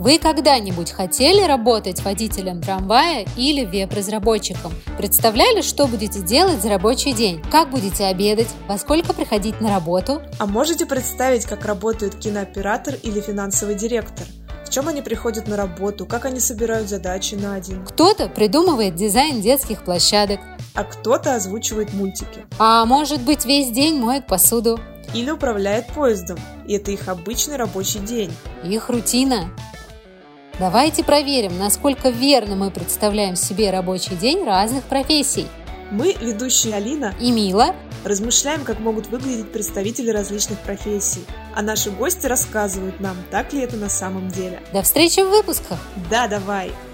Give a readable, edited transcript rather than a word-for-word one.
Вы когда-нибудь хотели работать водителем трамвая или веб-разработчиком? Представляли, что будете делать за рабочий день? Как будете обедать? Во сколько приходить на работу? А можете представить, как работает кинооператор или финансовый директор? В чем они приходят на работу? Как они собирают задачи на день? Кто-то придумывает дизайн детских площадок. А кто-то озвучивает мультики. А может быть, весь день моет посуду. Или управляет поездом. И это их обычный рабочий день. Их рутина. Давайте проверим, насколько верно мы представляем себе рабочий день разных профессий. Мы, ведущие Алина и Мила, размышляем, как могут выглядеть представители различных профессий. А наши гости рассказывают нам, так ли это на самом деле. До встречи в выпусках! Да, давай!